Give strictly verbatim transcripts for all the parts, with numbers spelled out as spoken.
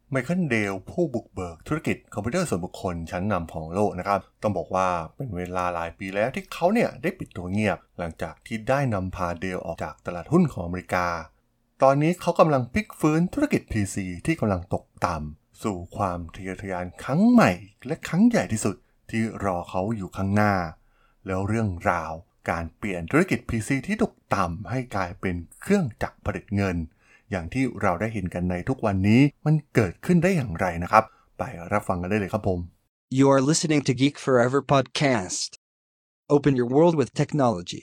ไมเคิลเดลผู้บุกเบิกธุรกิจคอมพิวเตอร์ส่วนบุคคลชั้นนำของโลกนะครับต้องบอกว่าเป็นเวลาหลายปีแล้วที่เขาเนี่ยได้ปิดตัวเงียบหลังจากที่ได้นำพาเดลออกจากตลาดหุ้นของอเมริกาตอนนี้เขากำลังพลิกฟื้นธุรกิจ พี ซี ที่กำลังตกต่ำสู่ความทะเยอทะยานครั้งใหม่และครั้งใหญ่ที่สุดที่รอเขาอยู่ข้างหน้าแล้วเรื่องราวการเปลี่ยนธุรกิจ พี ซี ที่ตกต่ำให้กลายเป็นเครื่องจักรผลิตเงินอย่างที่เราได้เห็นกันในทุกวันนี้มันเกิดขึ้นได้อย่างไรนะครับไปรับฟังกันได้เลยครับผม You are listening to Geek Forever podcast. Open your world with technology.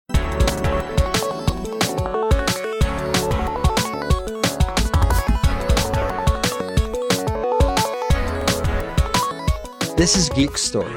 This is Geek Story.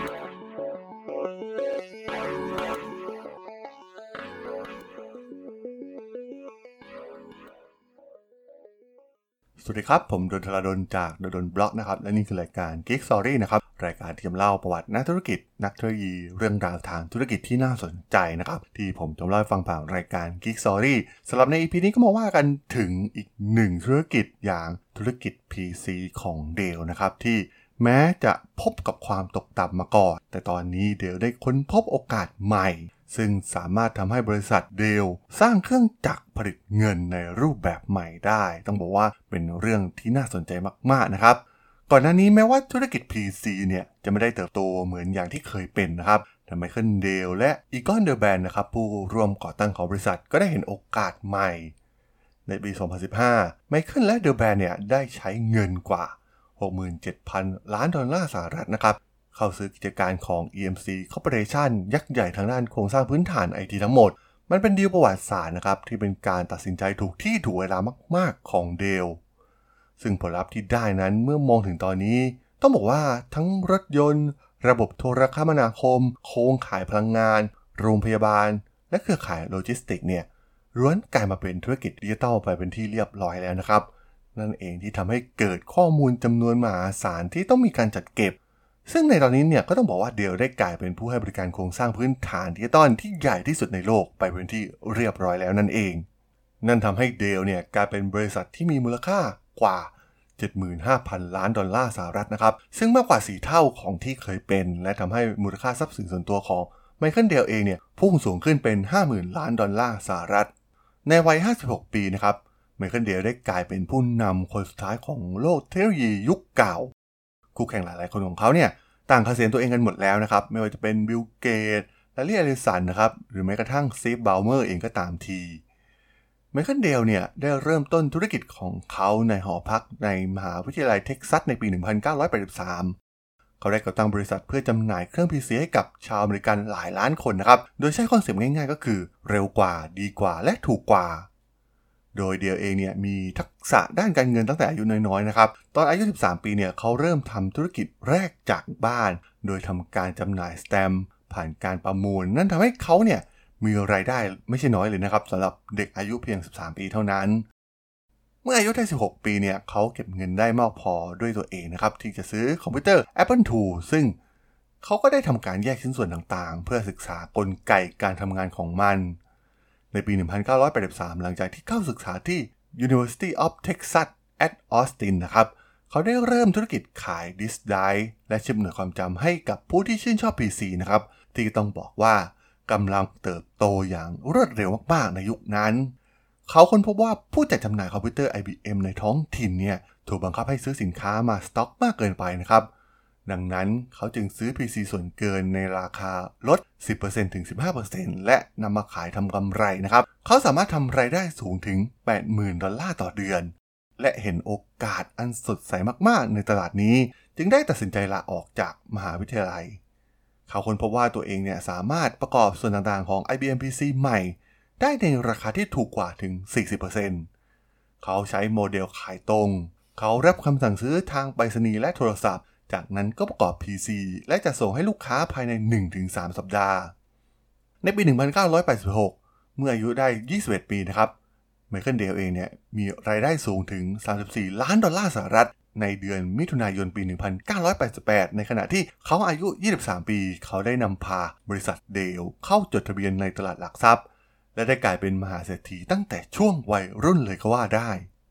สวัสดีครับผมดลธราดลจากดลบล็อกนะครับและนี่คือรายการ Geek Story นะครับรายการที่จะเล่าประวัตินักธุรกิจนักเทคโนโลยีเรื่องราวทางธุรกิจที่น่าสนใจนะครับที่ผมจะเล่าให้ฟังผ่านรายการ Geek Story สำหรับใน อี พี นี้ก็มาว่ากันถึงอีกหนึ่งธุรกิจอย่างธุรกิจ พี ซี ของ Dell นะครับที่แม้จะพบกับความตกต่ำมาก่อนแต่ตอนนี้ Dell ได้ค้นพบโอกาสใหม่ซึ่งสามารถทำให้บริษัท Dell สร้างเครื่องจักรผลิตเงินในรูปแบบใหม่ได้ต้องบอกว่าเป็นเรื่องที่น่าสนใจมากๆนะครับก่อนหน้านี้แม้ว่าธุรกิจ พี ซี เนี่ยจะไม่ได้เติบโตเหมือนอย่างที่เคยเป็นนะครับแต่ไมเคิลเดลและอีกอนเดอร์แบนนะครับผู้ร่วมก่อตั้งของบริษัทก็ได้เห็นโอกาสใหม่ในปีสองพันสิบห้าไมเคิลและเดอร์แบนเนี่ยได้ใช้เงินกว่า หกหมื่นเจ็ดพัน ล้านดอลลาร์สหรัฐนะครับเข้าซื้อกิจการของ อี เอ็ม ซี Corporation ยักษ์ใหญ่ทางด้านโครงสร้างพื้นฐาน ไอ ที ทั้งหมดมันเป็นดีลประวัติศาสตร์นะครับที่เป็นการตัดสินใจถูกที่ถูกเวลามากๆของเดลซึ่งผลลัพธ์ที่ได้นั้นเมื่อมองถึงตอนนี้ต้องบอกว่าทั้งรถยนต์ระบบโทรคมนาคมโครงข่ายพลังงานโรงพยาบาลและเครือข่ายโลจิสติกเนี่ยล้วนกลายมาเป็นธุรกิจดิจิทัลไปเป็นที่เรียบร้อยแล้วนะครับนั่นเองที่ทำให้เกิดข้อมูลจำนวนมหาศาลที่ต้องมีการจัดเก็บซึ่งในตอนนี้เนี่ยก็ต้องบอกว่าเดลได้กลายเป็นผู้ให้บริการโครงสร้างพื้นฐานดิจิตอลที่ใหญ่ที่สุดในโลกไปเป็นที่เรียบร้อยแล้วนั่นเองนั่นทำให้เดลเนี่ยกลายเป็นบริษัทที่มีมูลค่ากว่า เจ็ดหมื่นห้าพัน ล้านดอลลาร์สหรัฐนะครับซึ่งมากกว่าสี่เท่าของที่เคยเป็นและทำให้มูลค่าทรัพย์สินส่วนตัวของไมเคิลเดลเองเนี่ยพุ่งสูงขึ้นเป็น ห้าหมื่น ล้านดอลลาร์สหรัฐในวัยห้าสิบหกปีนะครับไมเคิลเดลได้กลายเป็นผู้นำคนสุดท้ายของโลกเทคโนโลยียุคเก่าคู่แข่งหลายๆคนของเขาเนี่ยต่างเกษียณตัวเองกันหมดแล้วนะครับไม่ว่าจะเป็นบิลเกตส์และเรียลิสันนะครับหรือแม้กระทั่งซีฟบาวเมอร์เองก็ตามทีไมเคิลเดลเนี่ยได้เริ่มต้นธุรกิจของเขาในหอพักในมหาวิทยาลัยเท็กซัสในปีหนึ่งพันเก้าร้อยแปดสิบสามเขาได้ก่อตั้งบริษัทเพื่อจำหน่ายเครื่อง พี ซี ให้กับชาวอเมริกันหลายล้านคนนะครับโดยใช้คอนเซ็ปต์ง่ายๆก็คือเร็วกว่าดีกว่าและถูกกว่าโดยเดลเองเนี่ยมีทักษะด้านการเงินตั้งแต่อายุน้อยๆนะครับตอนอายุสิบสามปีเนี่ยเขาเริ่มทำธุรกิจแรกจากบ้านโดยทำการจำหน่ายสแตมป์ผ่านการประมูลนั่นทำให้เขาเนี่ยมีรายได้ไม่ใช่น้อยเลยนะครับสำหรับเด็กอายุเพียงสิบสามปีเท่านั้นเมื่ออายุได้สิบหกปีเนี่ยเขาเก็บเงินได้มากพอด้วยตัวเองนะครับที่จะซื้อคอมพิวเตอร์ Apple ทู ซึ่งเขาก็ได้ทำการแยกชิ้นส่วนต่างๆเพื่อศึกษากลไกการทำงานของมันในปีหนึ่งพันเก้าร้อยแปดสิบสามหลังจากที่เข้าศึกษาที่ University of Texas at Austin นะครับเขาได้เริ่มธุรกิจขายดิสก์ไดรฟ์และชิปหน่วยความจำให้กับผู้ที่ชื่นชอบ พี ซี นะครับที่ต้องบอกว่ากำลังเติบโตอย่างรวดเร็วมากๆในยุคนั้นเขาค้นพบว่าผู้จัดจำหน่ายคอมพิวเตอร์ ไอ บี เอ็ม ในท้องถิ่นเนี่ยถูกบังคับให้ซื้อสินค้ามาสต็อกมากเกินไปนะครับดังนั้นเขาจึงซื้อ พี ซี ส่วนเกินในราคาลด สิบเปอร์เซ็นต์ ถึง สิบห้าเปอร์เซ็นต์ และนำมาขายทำกำไรนะครับเขาสามารถทำรายได้สูงถึง แปดหมื่น ดอลลาร์ต่อเดือนและเห็นโอกาสอันสดใสมากๆในตลาดนี้จึงได้ตัดสินใจลาออกจากมหาวิทยาลัยเขาค้นพบว่าตัวเองเนี่ยสามารถประกอบส่วนต่างๆของ ไอ บี เอ็ม พี ซี ใหม่ได้ในราคาที่ถูกกว่าถึง สี่สิบเปอร์เซ็นต์ เขาใช้โมเดลขายตรงเขารับคำสั่งซื้อทางไปรษณีย์และโทรศัพท์จากนั้นก็ประกอบ พี ซี และจะส่งให้ลูกค้าภายใน หนึ่งถึงสาม สัปดาห์ในปีหนึ่งพันเก้าร้อยแปดสิบหกเมื่ออายุได้ยี่สิบเอ็ดปีนะครับไมเคิลเดลเองเนี่ยมีรายได้สูงถึงสามสิบสี่ล้านดอลลาร์สหรัฐในเดือนมิถุนายนปีหนึ่งพันเก้าร้อยแปดสิบแปดในขณะที่เขาอายุยี่สิบสามปีเขาได้นำพาบริษัทเดลเข้าจดทะเบียนในตลาดหลักทรัพย์และได้กลายเป็นมหาเศรษฐีตั้งแต่ช่วงวัยรุ่นเลยก็ว่าได้ ใน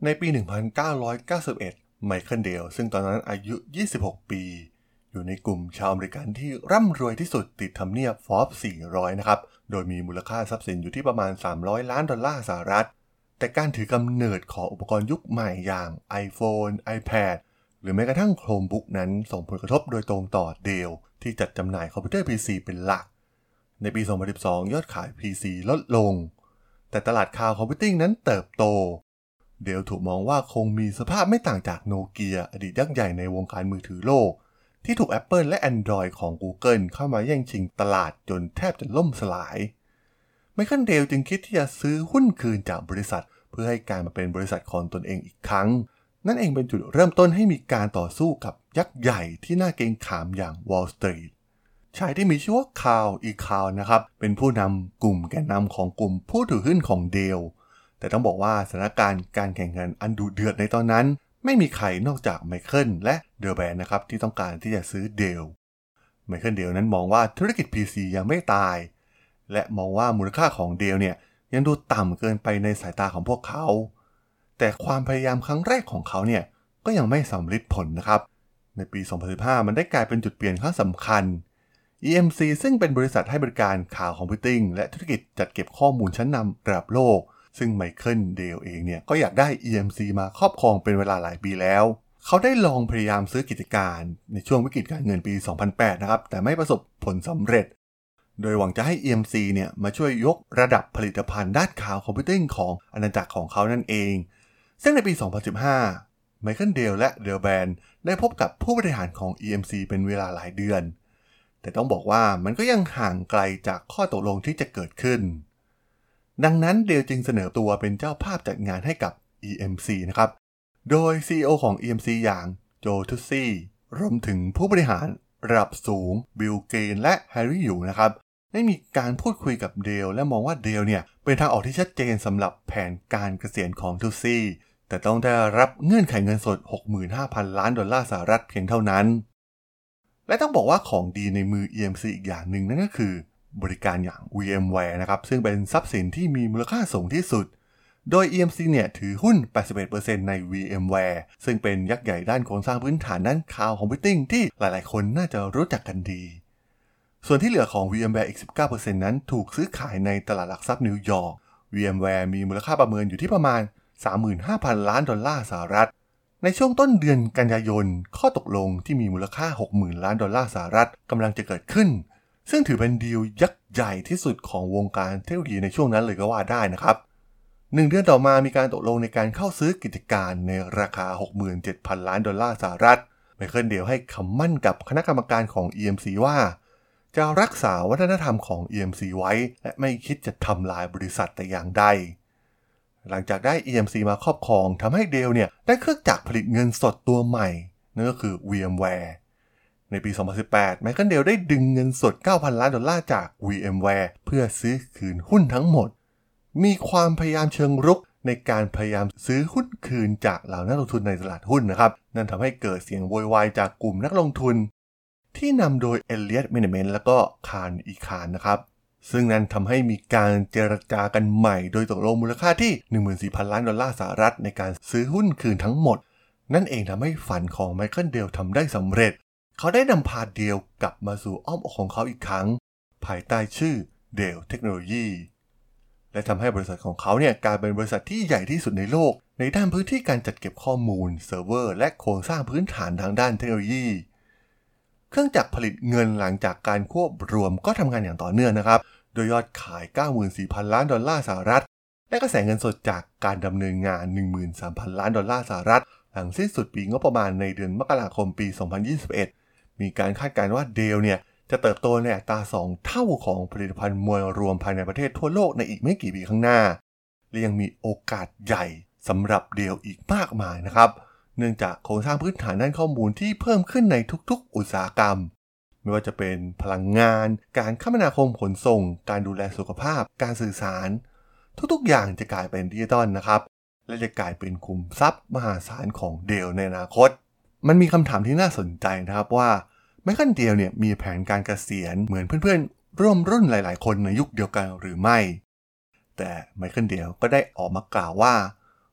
ในปี หนึ่งพันเก้าร้อยเก้าสิบเอ็ด ไมเคิลเดลซึ่งตอนนั้นอายุ ยี่สิบหก ปีอยู่ในกลุ่มชาวอเมริกันที่ร่ำรวยที่สุดติดทำเนียบ Forbes สี่ร้อย นะครับโดยมีมูลค่าทรัพย์สินอยู่ที่ประมาณสามร้อยล้านดอลลาร์สหรัฐแต่การถือกำเนิดของอุปกรณ์ยุคใหม่อย่าง iPhone iPad หรือแม้กระทั่ง Chromebook นั้นส่งผลกระทบโดยตรงต่อเดลที่จัดจำหน่ายคอมพิวเตอร์ พี ซี เป็นหลักในปี สองพันสิบสอง ยอดขาย พี ซี ลดลงแต่ตลาดคลาวด์คอมพิวติ้งนั้นเติบโตเดลถูกมองว่าคงมีสภาพไม่ต่างจากโนเกียอดีตยักษ์ใหญ่ในวงการมือถือโลกที่ถูก Apple และ Android ของ Google เข้ามาแย่งชิงตลาดจนแทบจะล่มสลายไมเคิลเดลจึงคิดที่จะซื้อหุ้นคืนจากบริษัทเพื่อให้กลายมาเป็นบริษัทของตนเองอีกครั้งนั่นเองเป็นจุดเริ่มต้นให้มีการต่อสู้กับยักษ์ใหญ่ที่น่าเกรงขามอย่าง Wall Street ชายที่มีชื่อว่าคาร์ล อีคาร์ลนะครับเป็นผู้นำกลุ่มแกนนำของกลุ่มผู้ถือหุ้นของเดลแต่ต้องบอกว่าสถานการณ์การแข่งขันอันดุเดือดในตอนนั้นไม่มีใครนอกจากไมเคิลและเดลแบนนะครับที่ต้องการที่จะซื้อเดลไมเคิลเดลนั้นมองว่าธุรกิจ พี ซี ยังไม่ตายและมองว่ามูลค่าของเดลเนี่ยยังดูต่ำเกินไปในสายตาของพวกเขาแต่ความพยายามครั้งแรกของเขาเนี่ยก็ยังไม่สำเร็จผลนะครับในปี สองพันสิบห้า มันได้กลายเป็นจุดเปลี่ยนครั้งสำคัญ อี เอ็ม ซี ซึ่งเป็นบริษัทให้บริการข่าวคอมพิวติ้งและธุรกิจจัดเก็บข้อมูลชั้นนำระดับโลกซึ่งไมเคิลเดลเองเนี่ยก็อยากได้ อี เอ็ม ซี มาครอบครองเป็นเวลาหลายปีแล้วเขาได้ลองพยายามซื้อกิจการในช่วงวิกฤตการเงินปี สองพันแปด นะครับแต่ไม่ประสบผลสำเร็จโดยหวังจะให้ อี เอ็ม ซี เนี่ยมาช่วยยกระดับผลิตภัณฑ์ด้านข่าวคอมพิวติ้งของอาณาจักรของเขานั่นเองซึ่งในปี สองพันสิบห้า ไมเคิลเดลและเดลแบนได้พบกับผู้บริหารของ อี เอ็ม ซี เป็นเวลาหลายเดือนแต่ต้องบอกว่ามันก็ยังห่างไกลจากข้อตกลงที่จะเกิดขึ้นดังนั้นเดลจึงเสนอตัวเป็นเจ้าภาพจัดงานให้กับ อี เอ็ม ซี นะครับโดย ซี อี โอ ของ อี เอ็ม ซี อย่างโจทูซี่รวมถึงผู้บริหารระดับสูงบิล เกนและแฮร์รี่ยูนะครับได้มีการพูดคุยกับเดลและมองว่าเดลเนี่ยเป็นทางออกที่ชัดเจนสำหรับแผนการเกษียณของทูซี่แต่ต้องได้รับเงื่อนไขเงินสด หกหมื่นห้าพัน ล้านดอลลาร์สหรัฐเพียงเท่านั้นและต้องบอกว่าของดีในมือ อี เอ็ม ซี อีกอย่างหนึ่งนั่นก็คือบริการอย่าง วี เอ็ม แวร์ นะครับซึ่งเป็นทรัพย์สินที่มีมูลค่าสูงที่สุดโดย อี เอ็ม ซี เนี่ยถือหุ้น แปดสิบเอ็ดเปอร์เซ็นต์ ใน วี เอ็ม แวร์ ซึ่งเป็นยักษ์ใหญ่ด้านโครงสร้างพื้นฐานด้านคลาวด์คอมพิวติ้งที่หลายๆคนน่าจะรู้จักกันดีส่วนที่เหลือของ วี เอ็ม แวร์ อีก สิบเก้าเปอร์เซ็นต์ นั้นถูกซื้อขายในตลาดหลักทรัพย์นิวยอร์ก วี เอ็ม แวร์ มีมูลค่าประเมินอยู่ที่ประมาณ สามหมื่นห้าพัน ล้านดอลลาร์สหรัฐในช่วงต้นเดือนกันยายนข้อตกลงที่มีมูลค่า หกหมื่น ล้านดอลลาร์สหรัฐกำลังจะเกิดขึ้นซึ่งถือเป็นดีลยักษ์ใหญ่ที่สุดของวงการเทคโนโลยีในช่วงนั้นเลยก็ว่าได้นะครับหนึ่งเดือนต่อมามีการตกลงในการเข้าซื้อกิจการในราคา หกหมื่นเจ็ดพัน ล้านดอลลาร์สหรัฐไมเคิลเดลให้คำมั่นกับคณะกรรมการของ อี เอ็ม ซี ว่าจะรักษาวัฒนธรรมของ อี เอ็ม ซี ไว้และไม่คิดจะทำลายบริษัทแต่อย่างใดหลังจากได้ อี เอ็ม ซี มาครอบครองทำให้เดลเนี่ยได้เครื่องจักรผลิตเงินสดตัวใหม่นั่นก็คือ วี เอ็ม แวร์ ในปี สองพันสิบแปด ไมเคิลเดลได้ดึงเงินสด เก้าพัน ล้านดอลลาร์จาก วี เอ็ม แวร์ เพื่อซื้อคืนหุ้นทั้งหมดมีความพยายามเชิงรุกในการพยายามซื้อหุ้นคืนจากเหล่านักลงทุนในตลาดหุ้นนะครับนั่นทำให้เกิดเสียงโวยวายจากกลุ่มนักลงทุนที่นำโดยเอเลียต เมเนเมนต์และก็คาร์น อีคานนะครับซึ่งนั้นทำให้มีการเจรจากันใหม่โดยตกลงมูลค่าที่ หนึ่งหมื่นสี่พัน ล้านดอลลาร์สหรัฐในการซื้อหุ้นคืนทั้งหมดนั่นเองทำให้ฝันของไมเคิลเดลทำได้สำเร็จเขาได้นำพาเดลกลับมาสู่อ้อมอกของเขาอีกครั้งภายใต้ชื่อเดลเทคโนโลยีและทำให้บริษัทของเขาเนี่ยกลายเป็นบริษัทที่ใหญ่ที่สุดในโลกในด้านพื้นที่การจัดเก็บข้อมูลเซิร์ฟเวอร์และโครงสร้างพื้นฐานทางด้านเทคโนโลยีเครื่องจักรผลิตเงินหลังจากการควบรวมก็ทำงานอย่างต่อเนื่องนะครับโดยยอดขาย เก้าหมื่นสี่พัน ล้านดอลลาร์สหรัฐและกระแสเงินสดจากการดำเนินงาน หนึ่งหมื่นสามพัน ล้านดอลลาร์สหรัฐหลังสิ้นสุดปีงบประมาณในเดือนมกราคมปี สองพันยี่สิบเอ็ด มีการคาดการณ์ว่าเดลเนี่ยจะเติบโตในอัตราสองเท่าของผลิตภัณฑ์มวลรวมภายในประเทศทั่วโลกในอีกไม่กี่ปีข้างหน้าและยังมีโอกาสใหญ่สำหรับเดลอีกมากมายนะครับเนื่องจากโครงสร้างพื้นฐานด้านข้อมูลที่เพิ่มขึ้นในทุกๆอุตสาหกรรมไม่ว่าจะเป็นพลังงานการคมนาคมขนส่งการดูแลสุขภาพการสื่อสารทุกๆอย่างจะกลายเป็นดิจิตอลนะครับและจะกลายเป็นขุมทรัพย์มหาศาลของเดลในอนาคตมันมีคำถามที่น่าสนใจนะครับว่าไมเคิลเดลเนี่ยมีแผนการเกษียณเหมือนเพื่อนๆร่วมรุ่นหลายๆคนในยุคเดียวกันหรือไม่แต่ไมเคิลเดลก็ได้ออกมากล่าวว่า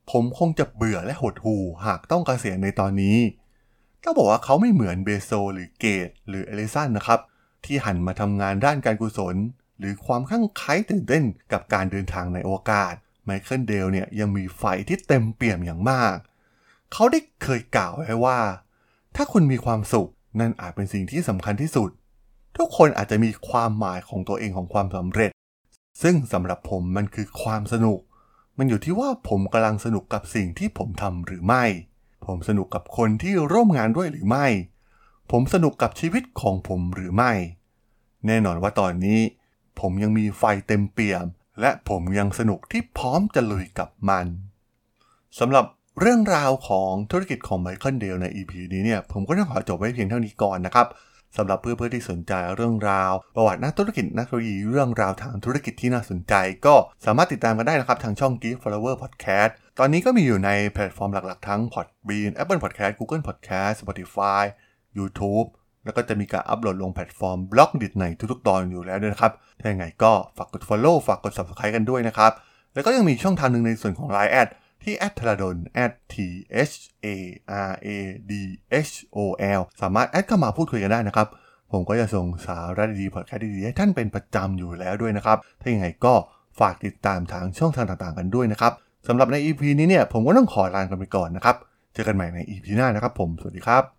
ผมคงจะเบื่อและหดหู่หากต้องเกษียณในตอนนี้ต้องบอกว่าเขาไม่เหมือนเบโซหรือเกตหรือเอลิสันนะครับที่หันมาทำงานด้านการกุศลหรือความคลั่งไคล้ตื่นเต้นกับการเดินทางในอวกาศไมเคิลเดลเนี่ยยังมีไฟที่เต็มเปี่ยมอย่างมากเขาได้เคยกล่าวไว้ว่าถ้าคุณมีความสุขนั่นอาจเป็นสิ่งที่สำคัญที่สุดทุกคนอาจจะมีความหมายของตัวเองของความสำเร็จซึ่งสำหรับผมมันคือความสนุกมันอยู่ที่ว่าผมกำลังสนุกกับสิ่งที่ผมทำหรือไม่ผมสนุกกับคนที่ร่วมงานด้วยหรือไม่ผมสนุกกับชีวิตของผมหรือไม่แน่นอนว่าตอนนี้ผมยังมีไฟเต็มเปี่ยมและผมยังสนุกที่พร้อมจะลุยกับมันสำหรับเรื่องราวของธุรกิจของไมเคิลเดลใน อี พี นี้เนี่ยผมก็ต้องขอจบไว้เพียงเท่านี้ก่อนนะครับสำหรับเพื่อนๆที่สนใจเรื่องราวประวัตินักธุรกิจนักเทคโนโลยีเรื่องราวทางธุรกิจที่น่าสนใจก็สามารถติดตามกันได้นะครับทางช่อง Geek Flower Podcast ตอนนี้ก็มีอยู่ในแพลตฟอร์มหลักๆทั้ง Podbean Apple Podcast Google Podcast Spotify YouTube แล้วก็จะมีการอัปโหลดลงแพลตฟอร์มบล็อกดิจในทุกๆตอนอยู่แล้วด้วยนะครับถ้าอย่างไรก็ฝากกด Follow ฝากกด Subscribe กันด้วยนะครับแล้วก็ยังมีช่องทางนึงในส่วนของ ไลน์ แอดที่ แอท ธารดล แอท ที เอช เอ อาร์ เอ ดี เอช โอ แอล สามารถแอดเข้ามาพูดคุยกันได้นะครับผมก็จะส่งสาระดีๆพอดแคสต์ดีๆให้ท่านเป็นประจำอยู่แล้วด้วยนะครับถ้าอย่างไรก็ฝากติดตามทางช่องทางต่างๆกันด้วยนะครับสำหรับใน อี พี นี้เนี่ยผมก็ต้องขอลากันไปก่อนนะครับเจอกันใหม่ใน อี พี หน้านะครับผมสวัสดีครับ